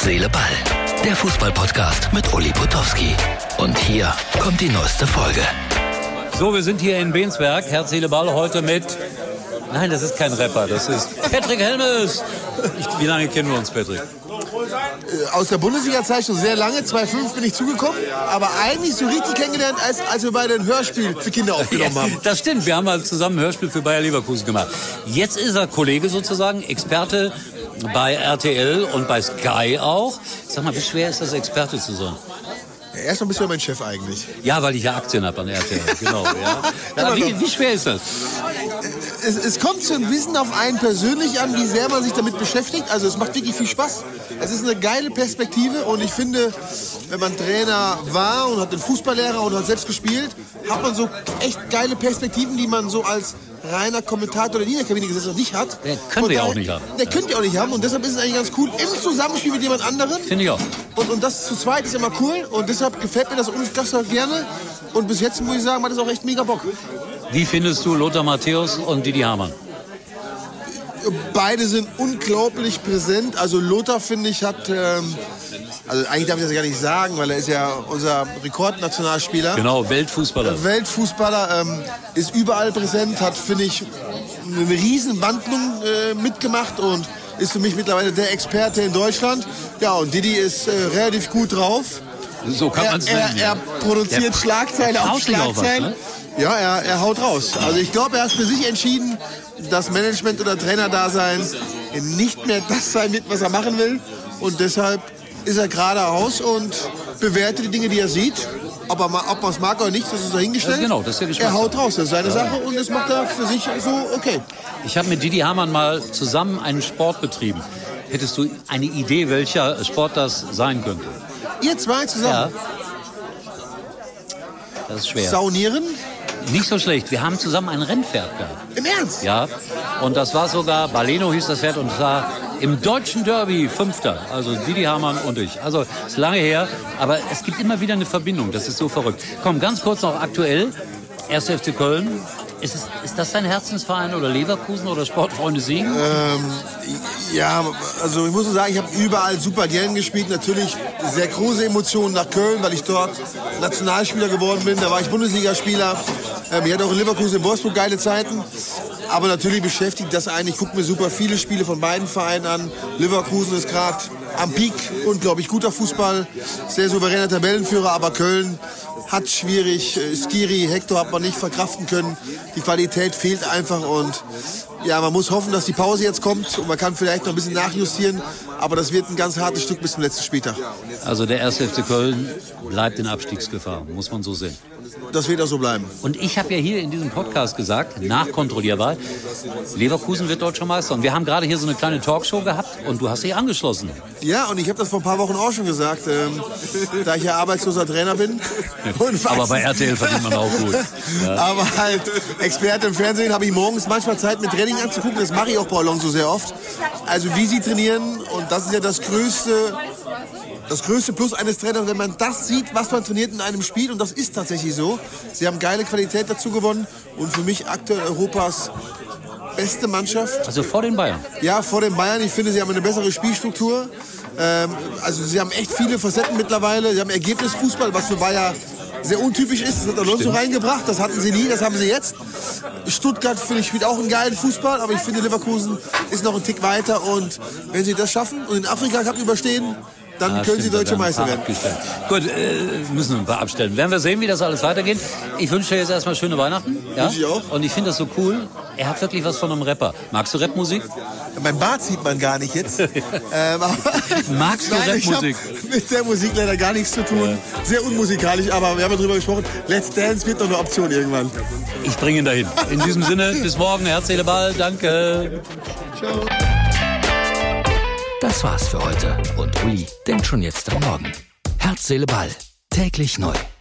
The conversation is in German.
Herz, Seele, Ball. Der Fußball-Podcast mit Uli Potowski. Und hier kommt die neueste Folge. So, wir sind hier in Bensberg. Herz, Seele, Ball heute mit... Nein, das ist kein Rapper, das ist Patrick Helmes. Wie lange kennen wir uns, Patrick? Aus der Bundesliga-Zeit schon sehr lange. 2005 bin ich zugekommen. Aber eigentlich so richtig kennengelernt, als wir beide ein Hörspiel für Kinder aufgenommen haben. Das stimmt, wir haben mal zusammen ein Hörspiel für Bayer Leverkusen gemacht. Jetzt ist er Kollege sozusagen, Experte bei RTL und bei Sky auch. Sag mal, wie schwer ist das, Experte zu sein? Ja, erstmal bist du ja mein Chef eigentlich. Ja, weil ich ja Aktien habe an RTL, genau. Ja. Aber wie schwer ist das? Es kommt so ein bisschen auf einen persönlich an, wie sehr man sich damit beschäftigt. Also es macht wirklich viel Spaß. Es ist eine geile Perspektive und ich finde, wenn man Trainer war und hat den Fußballlehrer und hat selbst gespielt, hat man so echt geile Perspektiven, die man so als reiner Kommentator der Liga-Kabine gesessen nicht hat. Der könnt ihr auch nicht haben. Der könnt ihr auch nicht haben und deshalb ist es eigentlich ganz cool im Zusammenspiel mit jemand anderem. Finde ich auch. Und das zu zweit ist immer cool und deshalb gefällt mir das unfassbar gerne und bis jetzt muss ich sagen, macht das auch echt mega Bock. Wie findest du Lothar Matthäus und Didi Hamann? Beide sind unglaublich präsent. Also Lothar, finde ich, hat... also eigentlich darf ich das gar nicht sagen, weil er ist ja unser Rekordnationalspieler. Genau, Weltfußballer. Ist überall präsent, hat, finde ich, eine riesen Wandlung mitgemacht und ist für mich mittlerweile der Experte in Deutschland. Ja, und Didi ist relativ gut drauf. So kann man es nennen. Er produziert Schlagzeile auf Schlagzeile. Ne? Ja, er haut raus. Also ich glaube, er hat für sich entschieden, dass Management- oder Trainerdasein nicht mehr das sein wird, was er machen will. Und deshalb ist er geradeaus und bewertet die Dinge, die er sieht. Ob man es mag oder nicht, das ist dahingestellt. Ja, genau, das ist ja er haut raus, das ist seine Sache und das macht er für sich so okay. Ich habe mit Didi Hamann mal zusammen einen Sport betrieben. Hättest du eine Idee, welcher Sport das sein könnte? Ihr zwei zusammen? Ja. Das ist schwer. Saunieren? Nicht so schlecht. Wir haben zusammen ein Rennpferd gehabt. Im Ernst? Ja. Und das war sogar, Baleno hieß das Pferd und es war im deutschen Derby Fünfter. Also Didi Hamann und ich. Also ist lange her, aber es gibt immer wieder eine Verbindung. Das ist so verrückt. Komm, ganz kurz noch aktuell. 1. FC Köln. Ist das dein Herzensverein oder Leverkusen oder Sportfreunde Siegen? Ja, also ich muss nur sagen, ich habe überall super gern gespielt. Natürlich sehr große Emotionen nach Köln, weil ich dort Nationalspieler geworden bin. Da war ich Bundesligaspieler. Ich hatte auch in Leverkusen in Wolfsburg geile Zeiten. Aber natürlich beschäftigt das einen. Ich gucke mir super viele Spiele von beiden Vereinen an. Leverkusen ist gerade am Peak. Unglaublich guter Fußball. Sehr souveräner Tabellenführer. Aber Köln hat schwierig. Skiri, Hector hat man nicht verkraften können. Die Qualität fehlt einfach und ja, man muss hoffen, dass die Pause jetzt kommt und man kann vielleicht noch ein bisschen nachjustieren, aber das wird ein ganz hartes Stück bis zum letzten Spieltag. Also der 1. FC Köln bleibt in Abstiegsgefahr, muss man so sehen. Das wird auch so bleiben. Und ich habe ja hier in diesem Podcast gesagt, nachkontrollierbar, Leverkusen wird deutscher Meister. Und wir haben gerade hier so eine kleine Talkshow gehabt und du hast dich angeschlossen. Ja, und ich habe das vor ein paar Wochen auch schon gesagt, da ich ja arbeitsloser Trainer bin. Aber bei RTL verdient man auch gut. Ja. Aber halt Experte im Fernsehen habe ich morgens manchmal Zeit mit Training anzugucken. Das mache ich auch bei Alonso sehr oft. Also wie sie trainieren und das ist ja das größte Plus eines Trainers, wenn man das sieht, was man trainiert in einem Spiel. Und das ist tatsächlich so. Sie haben geile Qualität dazu gewonnen. Und für mich aktuell Europas beste Mannschaft. Also vor den Bayern? Ja, vor den Bayern. Ich finde, sie haben eine bessere Spielstruktur. Also sie haben echt viele Facetten mittlerweile. Sie haben Ergebnisfußball, was für Bayern sehr untypisch ist. Das hat Alonso reingebracht. Das hatten sie nie, das haben sie jetzt. Stuttgart, finde ich, spielt auch einen geilen Fußball. Aber ich finde, Leverkusen ist noch einen Tick weiter. Und wenn sie das schaffen und den Afrika-Cup überstehen, dann können sie deutsche Meister werden. Gut, müssen wir ein paar abstellen. Werden wir sehen, wie das alles weitergeht. Ich wünsche dir jetzt erstmal schöne Weihnachten. Ja? Wünsche ich auch. Und ich finde das so cool. Er hat wirklich was von einem Rapper. Magst du Rapmusik? Mein Bart sieht man gar nicht jetzt. Magst du Rapmusik? Ich habe mit der Musik leider gar nichts zu tun. Ja. Sehr unmusikalisch, aber wir haben ja drüber gesprochen. Let's Dance wird noch eine Option irgendwann. Ich bringe ihn dahin. In diesem Sinne, bis morgen. Herz, Seele, Ball. Danke. Ciao. Das war's für heute und Uli denkt schon jetzt am Morgen. Herz, Seele, Ball. Täglich neu.